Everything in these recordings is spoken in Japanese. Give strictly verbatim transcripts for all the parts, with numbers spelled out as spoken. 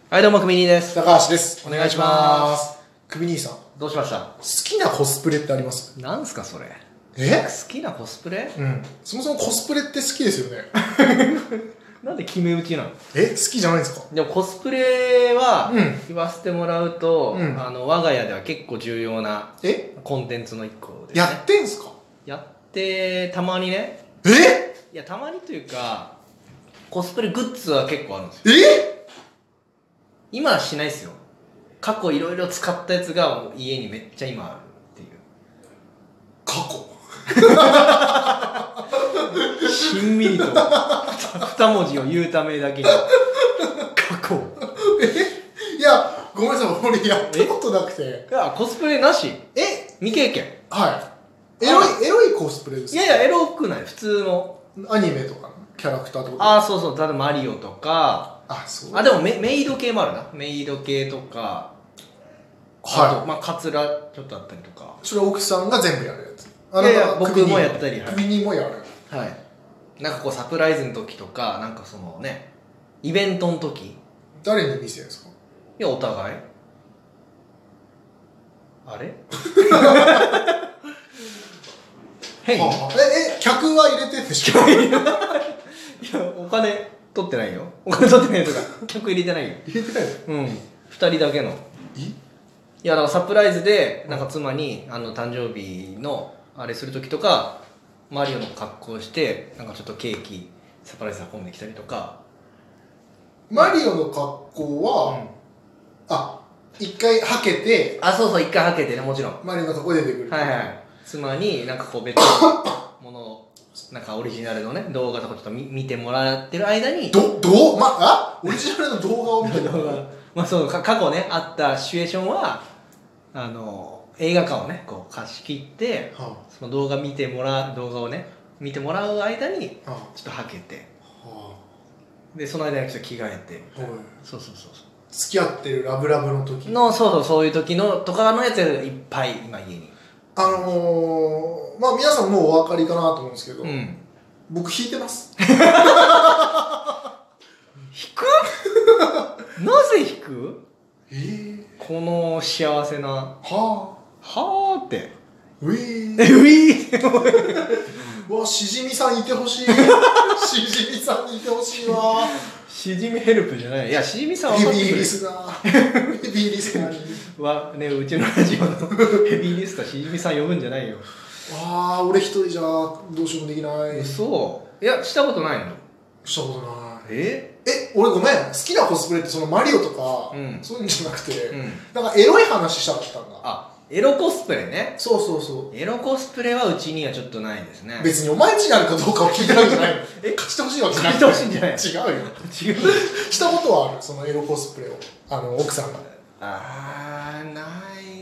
はい、どうも、くみにーです。 高橋です。 お願いします。 くみ兄さん、 どうしました？ 好きなコスプレってあります？ なんすか、それ。 え好きなコスプレ？ うん。そもそもコスプレって好きですよね。 なんで決め打ちなの？ え好きじゃないですか？ でもコスプレは、 うん言わせてもらうと、 うん、 あの我が家では結構重要なえコンテンツの一個ですね。 やってんすか？ やってたまにね。 えいや、たまにというか、コスプレグッズは結構あるんですよ。 え今はしないですよ。過去いろいろ使ったやつがもう家にめっちゃ今あるっていう。 過去しんみりと二文字を言うためだけに過去。 えいやごめんなさい、俺やったことなくて。 いや、コスプレなし。 え未経験。 はいエロいエロいコスプレですか？ いやいや、エロくない。普通のアニメとかのキャラクターってこと？ ああ、そうそう。例えばマリオとか、 あ、そう。 あ、でもメメイド系もあるな。メイド系とか、 はいあとまあカツラちょっとあったりとか。 それ奥さんが全部やるやつ？あいやいや、僕もやったり。 首にもやる。 はい。なんかこうサプライズの時とか、なんかそのね、イベントの時。 誰に見せるんですか？ いや、お互い。あれ変。 はあ、ええ客は入れてんでしょ？ いや、お金取ってないよ。お金取ってないとか、客入れてないよ。 入れてないの？ うん。二人だけの。 いいや、だからサプライズで、なんか妻に、あの、誕生日の、あれするときとか、マリオの格好して、なんかちょっとケーキ、サプライズ運んできたりとか。 マリオの格好は、うん、あ、一回はけて、 あ、そうそう、一回はけてね、もちろん。 マリオの格好で出てくる。 はいはい。妻になんかこう別のものを、なんかオリジナルのね、動画とかちょっと 見, 見てもらってる間に。 ど、どうま、あオリジナルの動画を見てもらうまあそうか、過去ね、あったシチュエーションは、あの、映画館をね、こう貸し切って、はあ、その動画見てもらう、動画をね、見てもらう間に、ちょっとはけて、はあ、で、その間にちょっと着替えて、はい、そうそうそうそう。 付き合ってるラブラブの時の、そうそう、そういう時の、とかのやついっぱい、今家に。 あのー、まあ皆さんもうお分かりかなと思うんですけど、うん、僕弾いてます。 弾くなぜ弾く？ えー、 この幸せなはあはあってウィーウィーうわ、しじみさんいてほしいしじみさんにいてほしいわ。 しじみヘルプじゃない。いや、しじみさんはヘビーリスナーヘビーリスナーにはね、うちのラジオのヘビーリスナーしじみさん呼ぶんじゃないよ。 ああ、俺一人じゃどうしようもできない。 そういや、したことないの？ したことない。 ええ、俺ごめん、好きなコスプレってそのマリオとか、うん、そういうんじゃなくて、うん、なんかエロい話したかったんだ。 あ、エロコスプレね。 そうそうそう。 エロコスプレはうちにはちょっとないですね。 別にお前んちにあるかどうかを聞いてるわけじゃないの。え、貸してほしいわけじゃない。 貸してほしいんじゃない。 違うよ。違う。したことはある、そのエロコスプレを。あの、奥さんが。 あー、ない、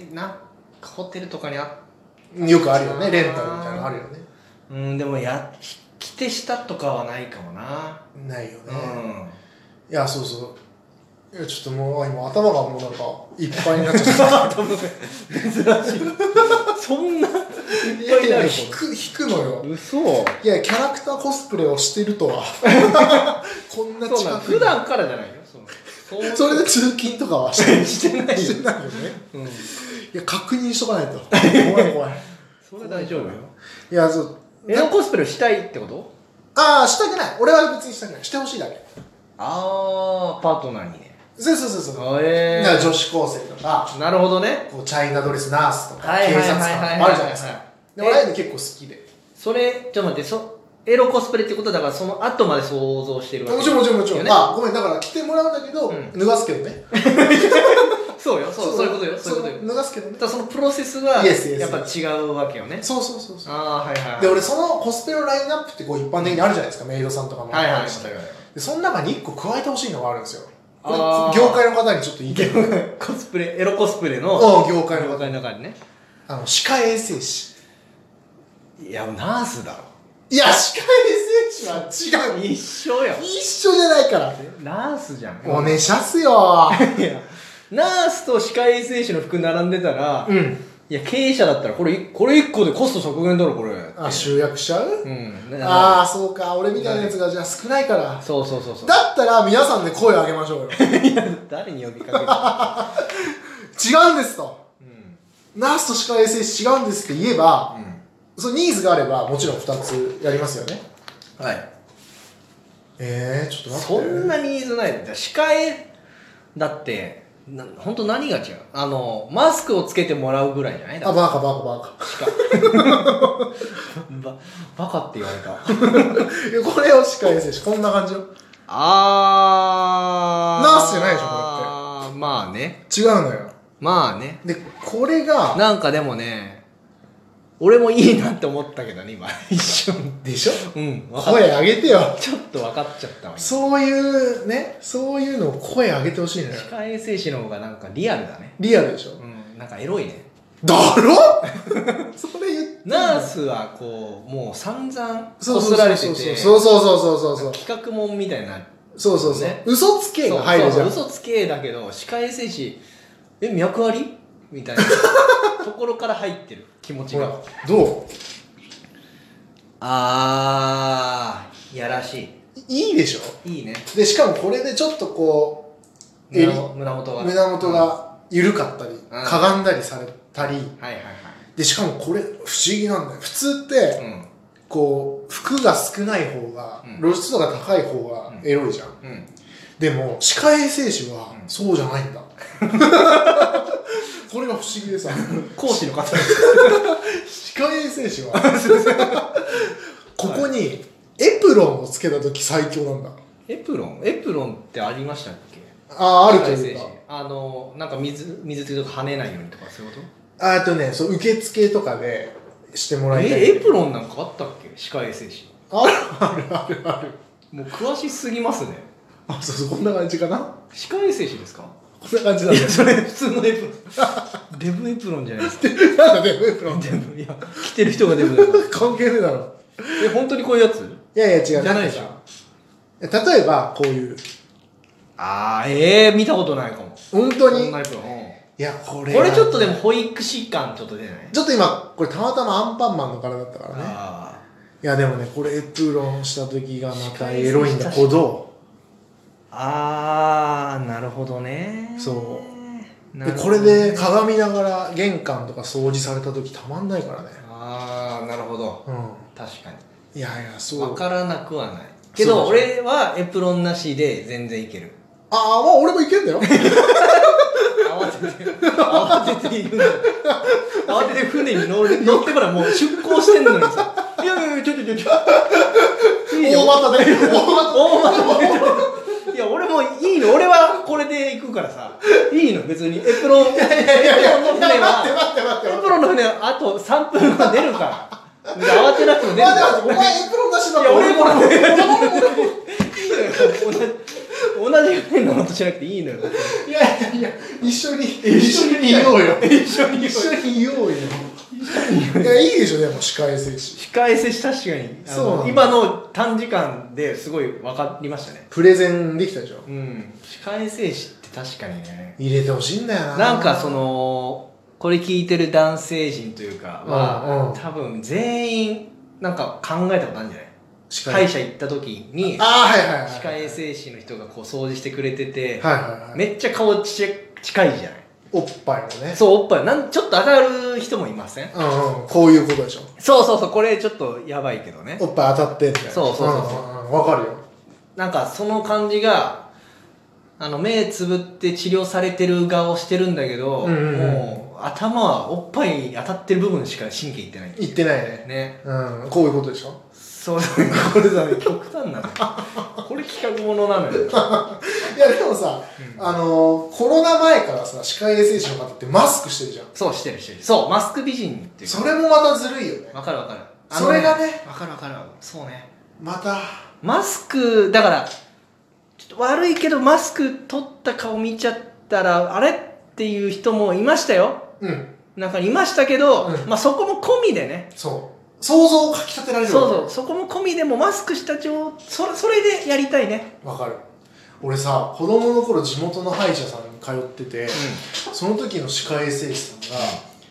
なんかホテルとかにあよくあるよね、レンタルみたいなのあるよね。 うん、でもや、着てしたとかはないかもな。 ないよね。 うん。 いや、そうそう。いや、ちょっともう今頭がもうなんかいっぱいになっちゃった。 珍しい。そんないっぱいになる引く、引くのよ。 嘘。 いや、キャラクターコスプレをしてるとは。こんな近く普段からじゃないよ。 そ, それで通勤とかはしてないしてないよね。うん。いや、確認しとかないと。怖い怖い。 それ大丈夫よ。 いや、そう。 エロコスプレをしたいってこと？ ああ、したくない。俺は別にしたくない。してほしいだけ。 ああ、パートナーにね。 そうそうそうそう。 えー、女子高生とか。 なるほどね。 こうチャイナドレスナースとか、警察官とかあるじゃないですか。で、俺ああいうの結構好きで。 それ、ちょっと待って、そ、エロコスプレってことだから、その後まで想像してるわけ。 もちろんもちろんもちろん。あ、ごめん、だから着てもらうんだけど、脱がすけどね。 そうよ、そう、そういうことよ、そういうことよ。 脱がすけどね。 ただそのプロセスは、やっぱ違うわけよね。 そうそうそうそう。 ああ、はいはい。 で、俺そのコスプレのラインナップってこう一般的にあるじゃないですか、メイドさんとかも。 はいはい。 で、その中に一個加えてほしいのがあるんですよ。これ業界の方にちょっと言いたい。 コスプレ、エロコスプレの業界の中にね。 あの、歯科衛生士。 いや、ナースだろ。 いや、歯科衛生士は違う。 一緒よ。 一緒じゃないから。 ナースじゃん。 おねしゃすよ。 いや、ナースと歯科衛生士の服並んでたら、うん、 いや経営者だったらこれこれいっこでコスト削減だろこれ。 あ、集約しちゃう。うん。ああそうか、俺みたいなやつがじゃあ少ないから。 そうそうそうそう。 だったら皆さんで声を上げましょうよ。いや誰に呼びかける。 違うんですと。うん、ナースと歯科衛生士違うんですって言えば、うん、そのニーズがあればもちろんふたつやりますよね。 はい。 えー、ちょっと待って。 そんなニーズない。歯科衛だってな本当何が違う。あのマスクをつけてもらうぐらいじゃない。 あ、バカバカバカ。 ババカって言われた。 これを歯科衛生士こんな感じよ。 あー。 ナースじゃないでしょこれって。 あーまあね。 違うのよ。 まあね。 でこれがなんかでもね。俺もいいなって思ったけどね今一瞬でしょ。 うん、 声上げてよ。 ちょっと分かっちゃったわ。 そういうね、そういうのを声上げてほしいのよ。 歯科衛生士の方がなんかリアルだね。 リアルでしょ。 うん、なんかエロいね。 だろそれ言ってナースはこうもう散々こすられてて、 そうそうそうそうそうそう企画もんみたいな、 そうそうそう、ね、嘘つけが入るじゃん。 そうそう嘘つけだけど歯科衛生士え脈ありみたいなところから入ってる気持ちが。 どう？ あー、やらしい。いいでしょ。 いいね。 でしかもこれでちょっとこう胸元が胸元が緩かったり、うん、かがんだりされたり、 はいはいはい。 でしかもこれ不思議なんだよ。普通って、うん、こう服が少ない方が、うん、露出度が高い方がエロいじゃん。うんうん、でも歯科衛生士はそうじゃないんだ。これが不思議でさ。 講師の方。 歯科衛生士はここにエプロンをつけた時最強なんだ。 エプロン？エプロンってありましたっけ？ ああ、あるというか。 あのなんか水水つけとか跳ねないようにとかそういうこと？ あとね、そう受付とかでしてもらいたい。 えエプロンなんかあったっけ？歯科衛生士。 あるあるあるある。 もう詳しすぎますね。 あ、そうそう、こんな感じかな。 歯科衛生士ですか？ こんな感じなんだ。 いやそれ普通のエプロン。デブエプロンじゃないですか。 なんだデブエプロン。 デブいや着てる人がデブだから。 関係ねえだろ。 え本当にこういうやつ？ いやいや違う。 じゃないでしょ。 例えばこういう。 あーええー、見たことないかも。 本当に。 こんなエプロン。 いやこれこれちょっとでも保育士感ちょっと出ない？ ちょっと今これたまたまアンパンマンの柄だったからね。あいやでもねこれエプロンした時がまたエロいんだほど。 あーなるほどね。 そうでこれで鏡ながら玄関とか掃除された時たまんないからね。 ああなるほど、うん、確かに。 いやいやそう分からなくはないけど俺はエプロンなしで全然いける。 ああまあ俺もいけんだよ。 慌てて慌てているんだよ。慌てて船に乗る乗ってからもう出港してんのにさいやいやいやちょっとちょっと大股で大股でいや俺もいいの。俺はこれで行くからさいいの別に。エプロンエプロンの船はエプロンの船はあとさんぷんは出るから慌てなくても出るから。 お前エプロンなしだいや俺もいいのよ。同じ船乗ろうとしなくていいのよ。 いやいやいや一緒に一緒にいようよ。 一緒に一緒にいようよ。いやいいでしょでも歯科衛生士。 歯科衛生士確かにそう今の短時間ですごい分かりましたね。 プレゼンできたでしょ。 うん歯科衛生士って確かにね入れてほしいんだよな。 なんかそのこれ聞いてる男性陣というかは、うんうん、多分全員なんか考えたことあるんじゃない？歯医者行った時に歯科衛生士の人がこう掃除してくれてて、はいはいはい、めっちゃ顔ち近いじゃない？ おっぱいのね。 そうおっぱいなんちょっと当たる人もいません？ うんうんこういうことでしょ。 そうそうそうこれちょっとやばいけどね。 おっぱい当たってみたいな。 そうそうそうそう、 うんうん、分かるよ。 なんかその感じがあの目つぶって治療されてる顔してるんだけど、うんうんうん、もう頭はおっぱいに当たってる部分しか神経いってない。 いってないね。 ね、 うん、こういうことでしょ。 そうこれだね極端なのこれ企画ものなのよ。いやでもさ、うん、あのコロナ前からさ歯科衛生士の方ってマスクしてるじゃん。 そうしてるしてる。そうマスク美人っていうそれもまたずるいよね。 わかるわかる。 それがねわかるわかる。そうねまたマスクだからちょっと悪いけどマスク取った顔見ちゃったらあれっていう人もいましたよ。うんなんかいましたけど、うん、まあそこも込みでね。 そう想像をかき立てられる。 そうそうそこも込みでもマスクした状そそれでやりたいね。 わかる。俺さ子供の頃地元の歯医者さんに通ってて、うん、その時の歯科衛生士さんが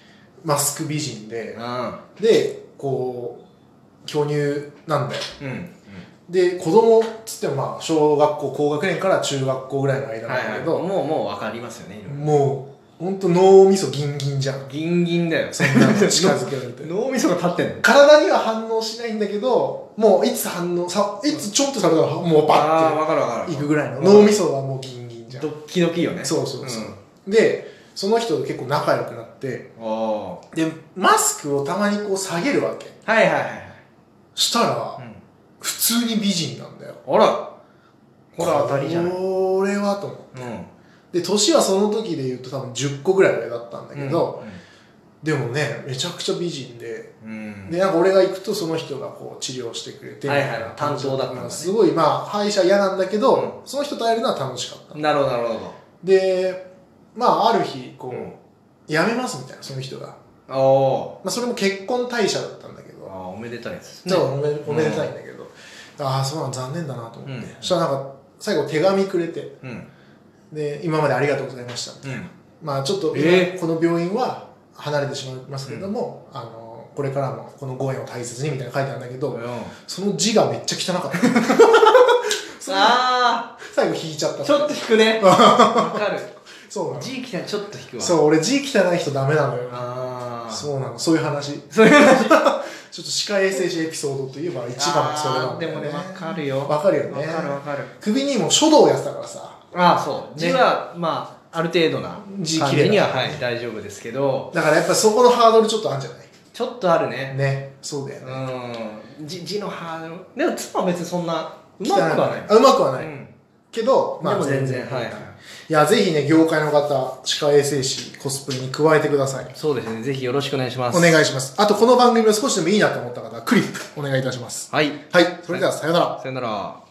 マスク美人で、 うん、 でこう巨乳なんだよ、 うんうん、 で子供っつってもまあ小学校高学年から中学校ぐらいの間なんだけど、 はいはい、もうもう分かりますよね。 もうほんと脳みそギンギンじゃん。 ギンギンだよ。 そんなの近づけられて脳みそが立ってんの。 体には反応しないんだけど、もういつ反応さいつちょっとされたらもうバッていくぐらいの脳みそはもうギンギンじゃん。 ドッキドキよね。 そうそうそう、うん、でその人と結構仲良くなって、でマスクをたまにこう下げるわけ。 はいはいはい。 したら、うん、普通に美人なんだよ。 あら、これ当たりじゃない。 これはと思って、うん、で年はその時で言うと多分じゅっこぐらい上だったんだけど、うんうん、でもねめちゃくちゃ美人で、うん、でなんか俺が行くとその人がこう治療してくれて、 はいはい、担当だったんだ、ね、 すごいまあ歯医者嫌なんだけど、うん、その人と会えるのは楽しかった。 なるほどなるほど。 でまあある日こう、うん、辞めますみたいな、その人が。お、まあ、それも結婚退社だったんだけど、 あ、おめでたいですね。そう、おめ、おめでたいんだけど、うん、ああそうなの残念だなと思って、うん、そしたらなんか最後手紙くれて、うん、で今までありがとうございましたみたいな、うん、まあちょっと今、えー、この病院は離れてしまいますけれども、うん、あのこれからもこのご縁を大切にみたいな書いてあるんだけど、うん、その字がめっちゃ汚かったあ最後引いちゃった。 ちょっと引くね。わかる。 そうなの。 字汚いちょっと引くわ。 そう、俺字汚い人ダメなのよ。ああ。そうなの。そういう話。 そういう話。 ちょっと歯科衛生士エピソードといえば一番それなんだよね。 でもね、わかるよ。 わかるよね。 わかるわかる。 首にも書道やってたからさ。 ああ、そう。字は、まあ、ある程度な字綺麗には、はい、大丈夫ですけど。 だからやっぱそこのハードルちょっとあるんじゃない？ ちょっとあるね。 ね。そうだよね。 うん。字、字のハードル。でも、妻は別にそんな、うまくはない。 あ、うまくはない。けど、 まあ、でも全然、はい。 いや、ぜひね、業界の方、歯科衛生士、コスプレに加えてください。 そうですね。ぜひよろしくお願いします。 お願いします。あと、この番組を少しでもいいなと思った方は、クリップお願いいたします。 はい。 はい。それでは、さよなら。 さよなら。